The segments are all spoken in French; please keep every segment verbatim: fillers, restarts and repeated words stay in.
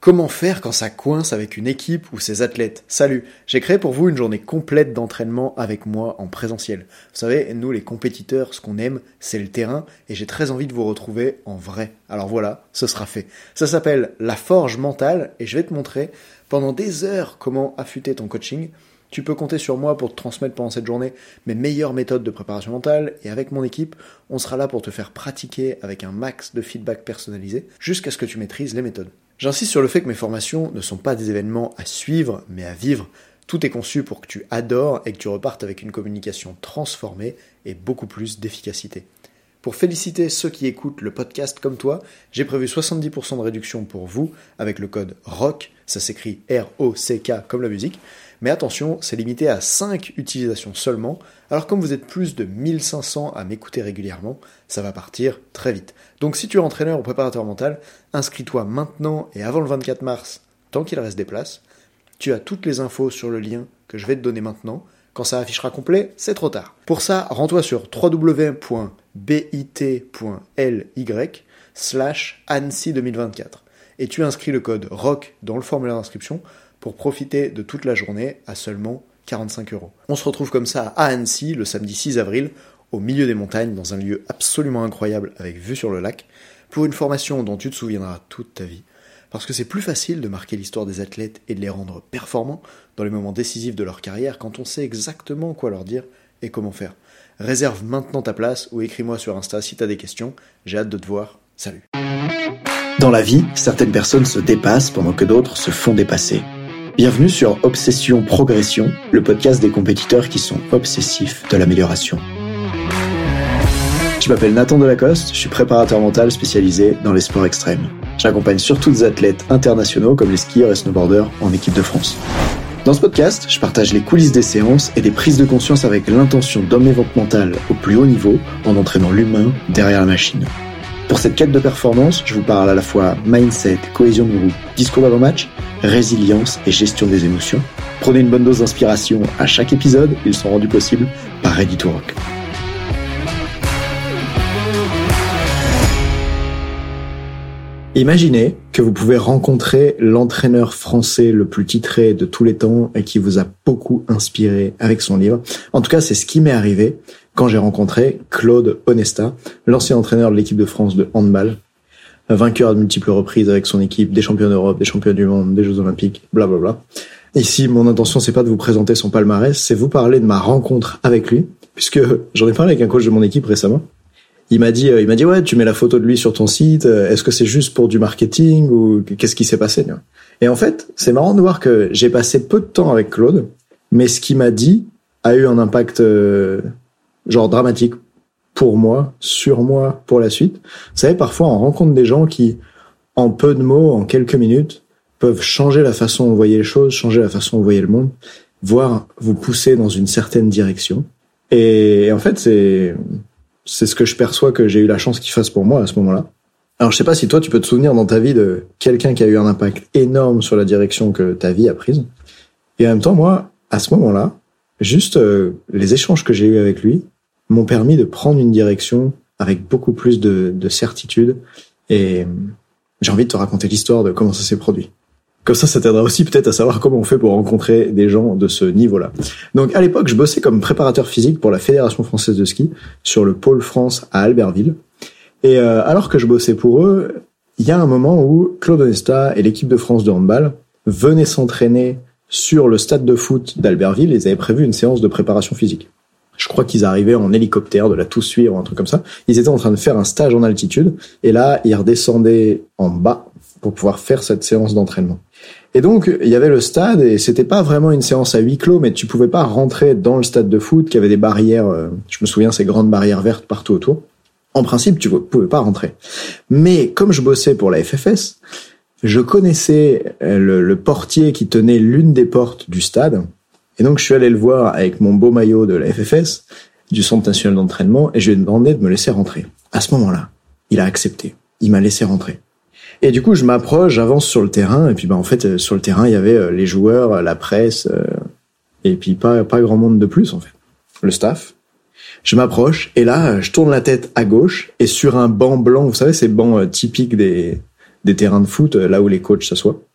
Comment faire quand ça coince avec une équipe ou ses athlètes? Salut, j'ai créé pour vous une journée complète d'entraînement avec moi en présentiel. Vous savez, nous les compétiteurs, ce qu'on aime, c'est le terrain et j'ai très envie de vous retrouver en vrai. Alors voilà, ce sera fait. Ça s'appelle la forge mentale et je vais te montrer pendant des heures comment affûter ton coaching. Tu peux compter sur moi pour te transmettre pendant cette journée mes meilleures méthodes de préparation mentale et avec mon équipe, on sera là pour te faire pratiquer avec un max de feedback personnalisé jusqu'à ce que tu maîtrises les méthodes. J'insiste sur le fait que mes formations ne sont pas des événements à suivre, mais à vivre. Tout est conçu pour que tu adores et que tu repartes avec une communication transformée et beaucoup plus d'efficacité. Pour féliciter ceux qui écoutent le podcast comme toi, j'ai prévu soixante-dix pour cent de réduction pour vous avec le code ROCK, ça s'écrit R O C K comme la musique. Mais attention, c'est limité à cinq utilisations seulement, alors comme vous êtes plus de mille cinq cents à m'écouter régulièrement, ça va partir très vite. Donc si tu es entraîneur ou préparateur mental, inscris-toi maintenant et avant le vingt-quatre mars, tant qu'il reste des places. Tu as toutes les infos sur le lien que je vais te donner maintenant. Quand ça affichera complet, c'est trop tard. Pour ça, rends-toi sur w w w point bit point l y slash Annecy deux mille vingt-quatre et tu inscris le code ROCK dans le formulaire d'inscription pour profiter de toute la journée à seulement quarante-cinq euros. On se retrouve comme ça à Annecy le samedi six avril, au milieu des montagnes, dans un lieu absolument incroyable avec vue sur le lac, pour une formation dont tu te souviendras toute ta vie. Parce que c'est plus facile de marquer l'histoire des athlètes et de les rendre performants dans les moments décisifs de leur carrière quand on sait exactement quoi leur dire et comment faire. Réserve maintenant ta place ou écris-moi sur Insta si t'as des questions. J'ai hâte de te voir. Salut. Dans la vie, certaines personnes se dépassent pendant que d'autres se font dépasser. Bienvenue sur Obsession Progression, le podcast des compétiteurs qui sont obsessifs de l'amélioration. Je m'appelle Nathan Delacoste, je suis préparateur mental spécialisé dans les sports extrêmes. J'accompagne surtout des athlètes internationaux comme les skieurs et snowboarders en équipe de France. Dans ce podcast, je partage les coulisses des séances et des prises de conscience avec l'intention d'emmener votre mental au plus haut niveau en entraînant l'humain derrière la machine. Pour cette quête de performance, je vous parle à la fois mindset, cohésion de groupe, discours d'avant-match, résilience et gestion des émotions. Prenez une bonne dose d'inspiration à chaque épisode, ils sont rendus possibles par Ready to Rock. Imaginez que vous pouvez rencontrer l'entraîneur français le plus titré de tous les temps et qui vous a beaucoup inspiré avec son livre. En tout cas, c'est ce qui m'est arrivé quand j'ai rencontré Claude Onesta, l'ancien entraîneur de l'équipe de France de handball, vainqueur à de multiples reprises avec son équipe, des champions d'Europe, des champions du monde, des Jeux Olympiques, blablabla. Ici, mon intention, c'est pas de vous présenter son palmarès, c'est vous parler de ma rencontre avec lui, puisque j'en ai parlé avec un coach de mon équipe récemment. Il m'a dit, il m'a dit, ouais, tu mets la photo de lui sur ton site, est-ce que c'est juste pour du marketing ou qu'est-ce qui s'est passé? Et en fait, c'est marrant de voir que j'ai passé peu de temps avec Claude, mais ce qu'il m'a dit a eu un impact, euh, genre dramatique pour moi, sur moi, pour la suite. Vous savez, parfois, on rencontre des gens qui, en peu de mots, en quelques minutes, peuvent changer la façon dont vous voyez les choses, changer la façon dont vous voyez le monde, voire vous pousser dans une certaine direction. Et en fait, c'est, c'est ce que je perçois que j'ai eu la chance qu'il fasse pour moi à ce moment-là. Alors, je sais pas si toi, tu peux te souvenir dans ta vie de quelqu'un qui a eu un impact énorme sur la direction que ta vie a prise. Et en même temps, moi, à ce moment-là, juste euh, les échanges que j'ai eus avec lui m'ont permis de prendre une direction avec beaucoup plus de, de certitude. Et j'ai envie de te raconter l'histoire de comment ça s'est produit. Comme ça, ça t'aidera aussi peut-être à savoir comment on fait pour rencontrer des gens de ce niveau-là. Donc, à l'époque, je bossais comme préparateur physique pour la Fédération française de ski sur le pôle France à Albertville. Et euh, alors que je bossais pour eux, il y a un moment où Claude Onesta et l'équipe de France de handball venaient s'entraîner sur le stade de foot d'Albertville. Ils avaient prévu une séance de préparation physique. Je crois qu'ils arrivaient en hélicoptère de la tous suivre, un truc comme ça. Ils étaient en train de faire un stage en altitude. Et là, ils redescendaient en bas pour pouvoir faire cette séance d'entraînement. Et donc, il y avait le stade et c'était pas vraiment une séance à huis clos, mais tu pouvais pas rentrer dans le stade de foot qui avait des barrières, euh, je me souviens, ces grandes barrières vertes partout autour. En principe, tu pouvais pas rentrer. Mais comme je bossais pour la F F S, je connaissais le, le portier qui tenait l'une des portes du stade. Et donc, je suis allé le voir avec mon beau maillot de la F F S, du Centre national d'entraînement, et je lui ai demandé de me laisser rentrer. À ce moment-là, il a accepté. Il m'a laissé rentrer. Et du coup, je m'approche, j'avance sur le terrain, et puis bah en fait, sur le terrain, il y avait les joueurs, la presse, euh, et puis pas pas grand monde de plus en fait. Le staff. Je m'approche, et là, je tourne la tête à gauche, et sur un banc blanc, vous savez, ces bancs typiques des des terrains de foot, là où les coachs s'assoient,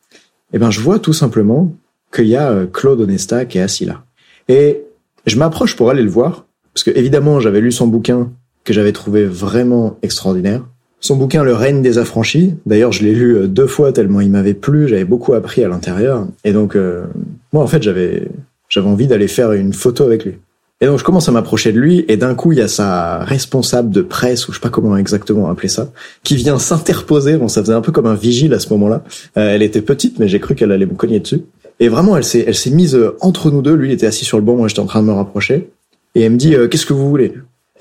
eh ben, je vois tout simplement qu'il y a Claude Onesta qui est assis là. Et je m'approche pour aller le voir, parce que évidemment, j'avais lu son bouquin que j'avais trouvé vraiment extraordinaire. Son bouquin, Le règne des affranchis. D'ailleurs, je l'ai lu deux fois tellement il m'avait plu, j'avais beaucoup appris à l'intérieur. Et donc, euh, moi, en fait, j'avais, j'avais envie d'aller faire une photo avec lui. Et donc, je commence à m'approcher de lui, et d'un coup, il y a sa responsable de presse, ou je sais pas comment exactement appeler ça, qui vient s'interposer. Bon, ça faisait un peu comme un vigile à ce moment-là. Euh, elle était petite, mais j'ai cru qu'elle allait me cogner dessus. Et vraiment, elle s'est, elle s'est mise entre nous deux. Lui, il était assis sur le banc, moi, j'étais en train de me rapprocher. Et elle me dit, euh, qu'est-ce que vous voulez?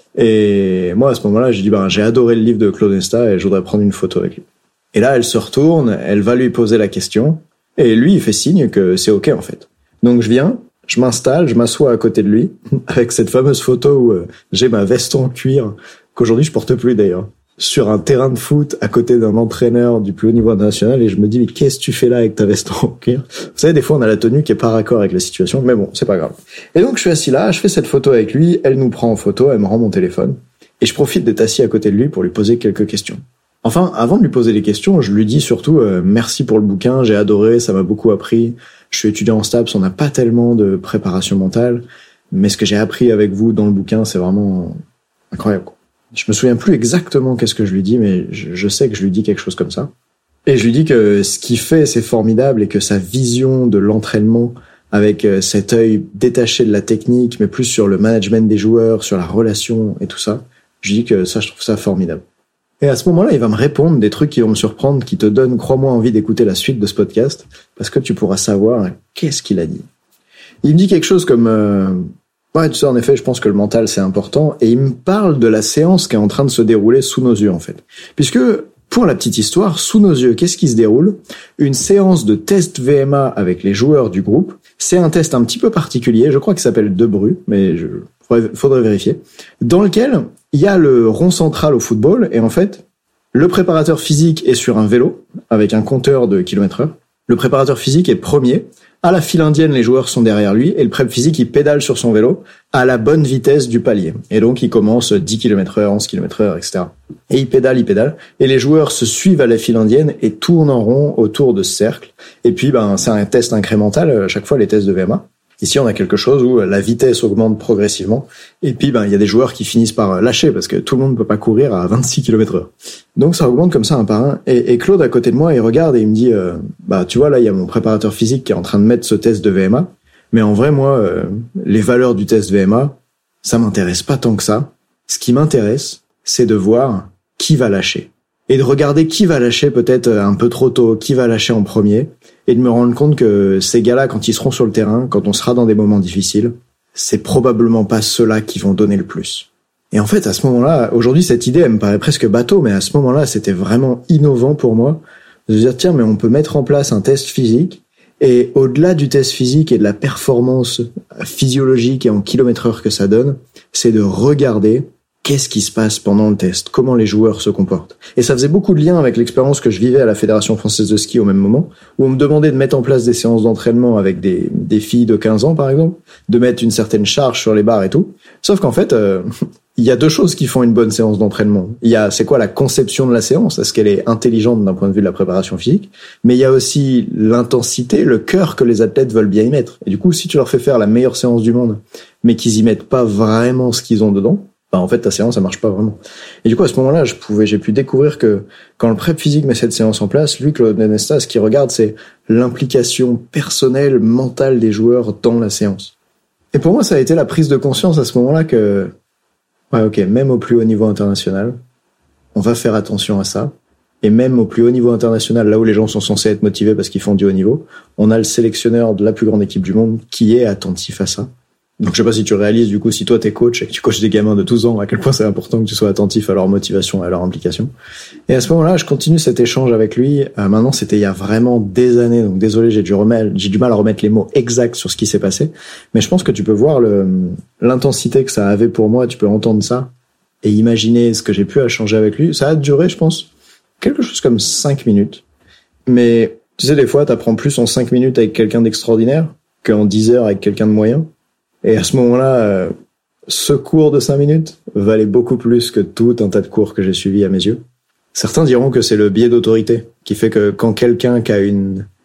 Et moi, à ce moment-là, j'ai dit, ben, j'ai adoré le livre de Claude Onesta et je voudrais prendre une photo avec lui. Et là, elle se retourne, elle va lui poser la question, et lui, il fait signe que c'est OK, en fait. Donc, je viens, je m'installe, je m'assois à côté de lui, avec cette fameuse photo où euh, j'ai ma veste en cuir, qu'aujourd'hui, je porte plus d'ailleurs, sur un terrain de foot, à côté d'un entraîneur du plus haut niveau international, et je me dis, mais qu'est-ce que tu fais là avec ta veste en cuir? Vous savez, des fois, on a la tenue qui est pas raccord avec la situation, mais bon, c'est pas grave. Et donc, je suis assis là, je fais cette photo avec lui, elle nous prend en photo, elle me rend mon téléphone, et je profite d'être assis à côté de lui pour lui poser quelques questions. Enfin, avant de lui poser les questions, je lui dis surtout euh, merci pour le bouquin, j'ai adoré, ça m'a beaucoup appris. Je suis étudiant en STAPS, on n'a pas tellement de préparation mentale, mais ce que j'ai appris avec vous dans le bouquin, c'est vraiment incroyable. Je me souviens plus exactement qu'est-ce que je lui dis, mais je, je sais que je lui dis quelque chose comme ça. Et je lui dis que ce qu'il fait, c'est formidable, et que sa vision de l'entraînement, avec cet œil détaché de la technique, mais plus sur le management des joueurs, sur la relation et tout ça, je lui dis que ça, je trouve ça formidable. Et à ce moment-là, il va me répondre des trucs qui vont me surprendre, qui te donnent, crois-moi, envie d'écouter la suite de ce podcast, parce que tu pourras savoir qu'est-ce qu'il a dit. Il me dit quelque chose comme euh, ouais, tu sais, en effet, je pense que le mental, c'est important, et il me parle de la séance qui est en train de se dérouler sous nos yeux, en fait. Puisque, pour la petite histoire, sous nos yeux, qu'est-ce qui se déroule? Une séance de test V M A avec les joueurs du groupe. C'est un test un petit peu particulier, je crois qu'il s'appelle Debru, mais je faudrait vérifier, dans lequel il y a le rond central au football, et en fait, le préparateur physique est sur un vélo, avec un compteur de kilomètres heure. Le préparateur physique est premier. À la file indienne, les joueurs sont derrière lui, et le prep physique, il pédale sur son vélo à la bonne vitesse du palier. Et donc, il commence dix kilomètres heure, onze kilomètres heure, et cetera. Et il pédale, il pédale, et les joueurs se suivent à la file indienne et tournent en rond autour de ce cercle. Et puis, ben, c'est un test incrémental, à chaque fois, les tests de V M A. Ici, on a quelque chose où la vitesse augmente progressivement. Et puis, ben, il y a des joueurs qui finissent par lâcher parce que tout le monde ne peut pas courir à vingt-six kilomètres heure. Donc, ça augmente comme ça un par un. Et, et Claude, à côté de moi, il regarde et il me dit, euh, bah, tu vois, là, il y a mon préparateur physique qui est en train de mettre ce test de V M A. Mais en vrai, moi, euh, les valeurs du test V M A, ça m'intéresse pas tant que ça. Ce qui m'intéresse, c'est de voir qui va lâcher. Et de regarder qui va lâcher peut-être un peu trop tôt, qui va lâcher en premier, et de me rendre compte que ces gars-là, quand ils seront sur le terrain, quand on sera dans des moments difficiles, c'est probablement pas ceux-là qui vont donner le plus. Et en fait, à ce moment-là, aujourd'hui, cette idée, elle me paraît presque bateau, mais à ce moment-là, c'était vraiment innovant pour moi de se dire, tiens, mais on peut mettre en place un test physique, et au-delà du test physique et de la performance physiologique et en kilomètres heure que ça donne, c'est de regarder qu'est-ce qui se passe pendant le test, comment les joueurs se comportent. Et ça faisait beaucoup de liens avec l'expérience que je vivais à la Fédération française de ski au même moment, où on me demandait de mettre en place des séances d'entraînement avec des, des filles de quinze ans, par exemple, de mettre une certaine charge sur les barres et tout. Sauf qu'en fait, euh, il y a deux choses qui font une bonne séance d'entraînement. Il y a, c'est quoi la conception de la séance? Est-ce qu'elle est intelligente d'un point de vue de la préparation physique? Mais il y a aussi l'intensité, le cœur que les athlètes veulent bien y mettre. Et du coup, si tu leur fais faire la meilleure séance du monde, mais qu'ils y mettent pas vraiment ce qu'ils ont dedans, bah en fait ta séance ça marche pas vraiment. Et du coup à ce moment-là, je pouvais j'ai pu découvrir que quand le prep physique met cette séance en place, lui Claude Onesta, ce qu'il regarde c'est l'implication personnelle, mentale des joueurs dans la séance. Et pour moi, ça a été la prise de conscience à ce moment-là que ouais, OK, même au plus haut niveau international, on va faire attention à ça. Et même au plus haut niveau international, là où les gens sont censés être motivés parce qu'ils font du haut niveau, on a le sélectionneur de la plus grande équipe du monde qui est attentif à ça. Donc je sais pas si tu réalises du coup, si toi t'es coach et que tu coaches des gamins de douze ans, à quel point c'est important que tu sois attentif à leur motivation et à leur implication. Et à ce moment-là, je continue cet échange avec lui. Euh, maintenant, c'était il y a vraiment des années, donc désolé, j'ai du remettre, j'ai du mal à remettre les mots exacts sur ce qui s'est passé, mais je pense que tu peux voir le l'intensité que ça avait pour moi, tu peux entendre ça et imaginer ce que j'ai pu échanger avec lui. Ça a duré, je pense, quelque chose comme cinq minutes. Mais tu sais, des fois, t'apprends plus en cinq minutes avec quelqu'un d'extraordinaire qu'en dix heures avec quelqu'un de moyen. Et à ce moment-là, euh, ce cours de cinq minutes valait beaucoup plus que tout un tas de cours que j'ai suivis à mes yeux. Certains diront que c'est le biais d'autorité qui fait que quand quelqu'un qui a une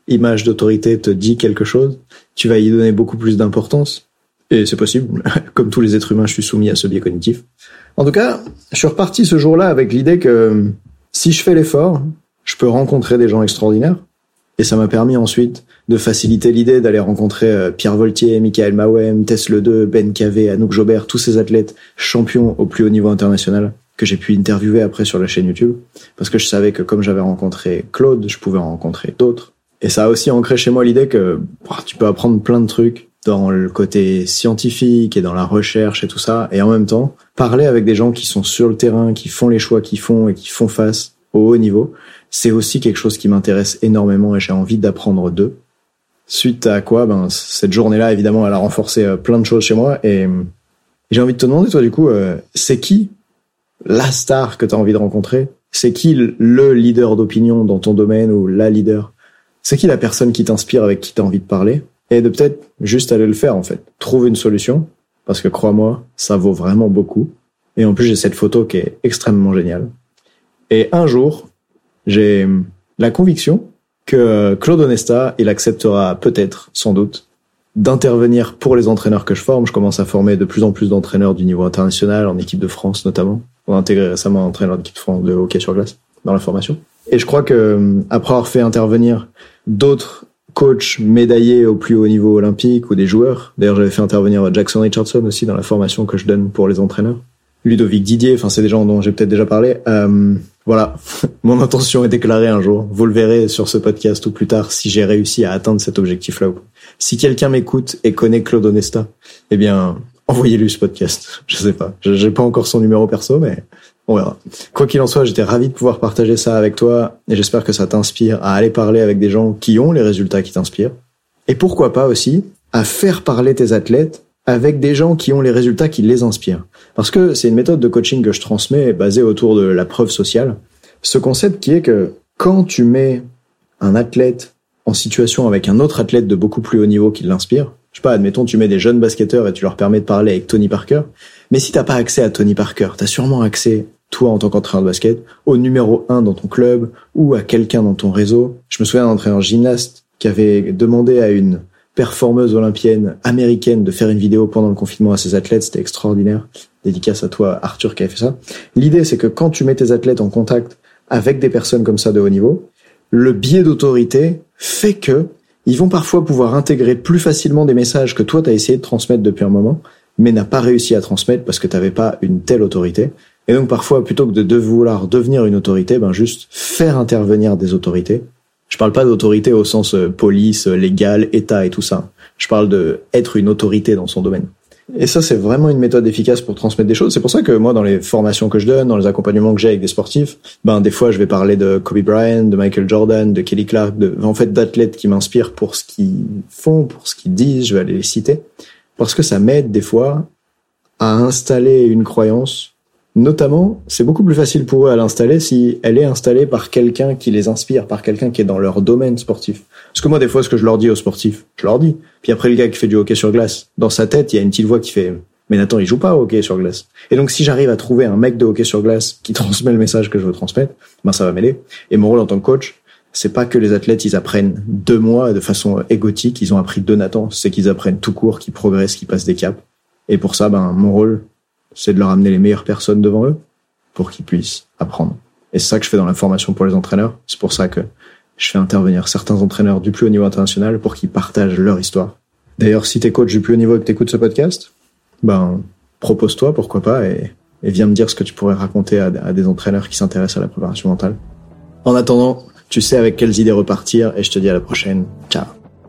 image d'autorité te dit quelque chose, tu vas y donner beaucoup plus d'importance. Et c'est possible. Comme tous les êtres humains, je suis soumis à ce biais cognitif. En tout cas, je suis reparti ce jour-là avec l'idée que si je fais l'effort, je peux rencontrer des gens extraordinaires. Et ça m'a permis ensuite de faciliter l'idée d'aller rencontrer Pierre Voltier, Michael Mawem, Tess Le Deux, Ben Cavé, Anouk Jobert, tous ces athlètes champions au plus haut niveau international que j'ai pu interviewer après sur la chaîne YouTube. Parce que je savais que comme j'avais rencontré Claude, je pouvais en rencontrer d'autres. Et ça a aussi ancré chez moi l'idée que bah, tu peux apprendre plein de trucs dans le côté scientifique et dans la recherche et tout ça. Et en même temps, parler avec des gens qui sont sur le terrain, qui font les choix qu'ils font et qui font face au haut niveau, c'est aussi quelque chose qui m'intéresse énormément et j'ai envie d'apprendre d'eux. Suite à quoi, ben, cette journée-là, évidemment, elle a renforcé plein de choses chez moi et j'ai envie de te demander, toi, du coup, euh, c'est qui la star que tu as envie de rencontrer? C'est qui le leader d'opinion dans ton domaine ou la leader? C'est qui la personne qui t'inspire, avec qui tu as envie de parler? Et de peut-être juste aller le faire, en fait. Trouve une solution, parce que crois-moi, ça vaut vraiment beaucoup. Et en plus, j'ai cette photo qui est extrêmement géniale. Et un jour, j'ai la conviction que Claude Onesta, il acceptera peut-être, sans doute, d'intervenir pour les entraîneurs que je forme. Je commence à former de plus en plus d'entraîneurs du niveau international, en équipe de France notamment. On a intégré récemment un entraîneur d'équipe de France de hockey sur glace dans la formation. Et je crois que après avoir fait intervenir d'autres coachs médaillés au plus haut niveau olympique ou des joueurs, d'ailleurs j'avais fait intervenir Jackson Richardson aussi dans la formation que je donne pour les entraîneurs, Ludovic Didier, enfin c'est des gens dont j'ai peut-être déjà parlé. Euh, voilà, mon intention est déclarée un jour. Vous le verrez sur ce podcast ou plus tard si j'ai réussi à atteindre cet objectif-là. Si quelqu'un m'écoute et connaît Claude Onesta, eh bien envoyez-lui ce podcast. Je sais pas, j'ai pas encore son numéro perso, mais on verra. Quoi qu'il en soit, j'étais ravi de pouvoir partager ça avec toi et j'espère que ça t'inspire à aller parler avec des gens qui ont les résultats qui t'inspirent. Et pourquoi pas aussi à faire parler tes athlètes avec des gens qui ont les résultats qui les inspirent. Parce que c'est une méthode de coaching que je transmets basée autour de la preuve sociale. Ce concept qui est que quand tu mets un athlète en situation avec un autre athlète de beaucoup plus haut niveau qui l'inspire, je sais pas, admettons tu mets des jeunes basketteurs et tu leur permets de parler avec Tony Parker, mais si t'as pas accès à Tony Parker, t'as sûrement accès, toi en tant qu'entraîneur de basket, au numéro un dans ton club ou à quelqu'un dans ton réseau. Je me souviens d'un entraîneur gymnaste qui avait demandé à une performeuse olympienne américaine de faire une vidéo pendant le confinement à ses athlètes, c'était extraordinaire. Dédicace à toi, Arthur, qui a fait ça. L'idée, c'est que quand tu mets tes athlètes en contact avec des personnes comme ça de haut niveau, le biais d'autorité fait que ils vont parfois pouvoir intégrer plus facilement des messages que toi t'as essayé de transmettre depuis un moment, mais n'as pas réussi à transmettre parce que t'avais pas une telle autorité. Et donc parfois, plutôt que de, de vouloir devenir une autorité, ben juste faire intervenir des autorités. Je parle pas d'autorité au sens euh, police, euh, légal, État et tout ça. Je parle de être une autorité dans son domaine. Et ça, c'est vraiment une méthode efficace pour transmettre des choses. C'est pour ça que moi, dans les formations que je donne, dans les accompagnements que j'ai avec des sportifs, ben des fois, je vais parler de Kobe Bryant, de Michael Jordan, de Kelly Clark, de, en fait, d'athlètes qui m'inspirent pour ce qu'ils font, pour ce qu'ils disent. Je vais aller les citer parce que ça m'aide des fois à installer une croyance. Notamment, c'est beaucoup plus facile pour eux à l'installer si elle est installée par quelqu'un qui les inspire, par quelqu'un qui est dans leur domaine sportif. Parce que moi, des fois, ce que je leur dis aux sportifs, je leur dis. Puis après, le gars qui fait du hockey sur glace, dans sa tête, il y a une petite voix qui fait « Mais Nathan, il joue pas au hockey sur glace. » Et donc, si j'arrive à trouver un mec de hockey sur glace qui transmet le message que je veux transmettre, ben ça va m'aider. Et mon rôle en tant que coach, c'est pas que les athlètes, ils apprennent de moi de façon égotique, ils ont appris de Nathan, c'est qu'ils apprennent tout court, qu'ils progressent, qu'ils passent des caps. Et pour ça, ben mon rôle, c'est de leur amener les meilleures personnes devant eux pour qu'ils puissent apprendre. Et c'est ça que je fais dans la formation pour les entraîneurs. C'est pour ça que je fais intervenir certains entraîneurs du plus haut niveau international pour qu'ils partagent leur histoire. D'ailleurs, si t'es coach du plus haut niveau et que t'écoutes ce podcast, ben, propose-toi, pourquoi pas, et, et viens me dire ce que tu pourrais raconter à, à des entraîneurs qui s'intéressent à la préparation mentale. En attendant, tu sais avec quelles idées repartir et je te dis à la prochaine. Ciao.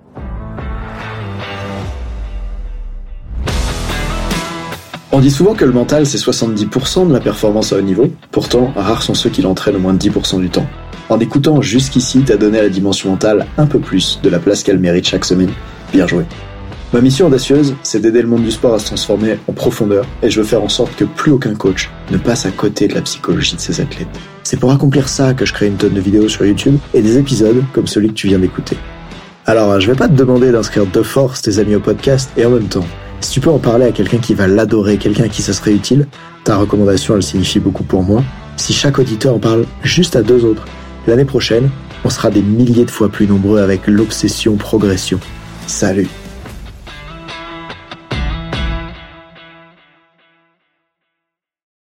On dit souvent que le mental, c'est soixante-dix pour cent de la performance à haut niveau. Pourtant, rares sont ceux qui l'entraînent au moins dix pour cent du temps. En écoutant jusqu'ici, t'as donné à la dimension mentale un peu plus de la place qu'elle mérite chaque semaine. Bien joué. Ma mission audacieuse, c'est d'aider le monde du sport à se transformer en profondeur et je veux faire en sorte que plus aucun coach ne passe à côté de la psychologie de ses athlètes. C'est pour accomplir ça que je crée une tonne de vidéos sur YouTube et des épisodes comme celui que tu viens d'écouter. Alors, je vais pas te demander d'inscrire de force tes amis au podcast et en même temps, si tu peux en parler à quelqu'un qui va l'adorer, quelqu'un à qui ça serait utile, ta recommandation, elle signifie beaucoup pour moi. Si chaque auditeur en parle juste à deux autres, l'année prochaine, on sera des milliers de fois plus nombreux avec l'obsession progression. Salut!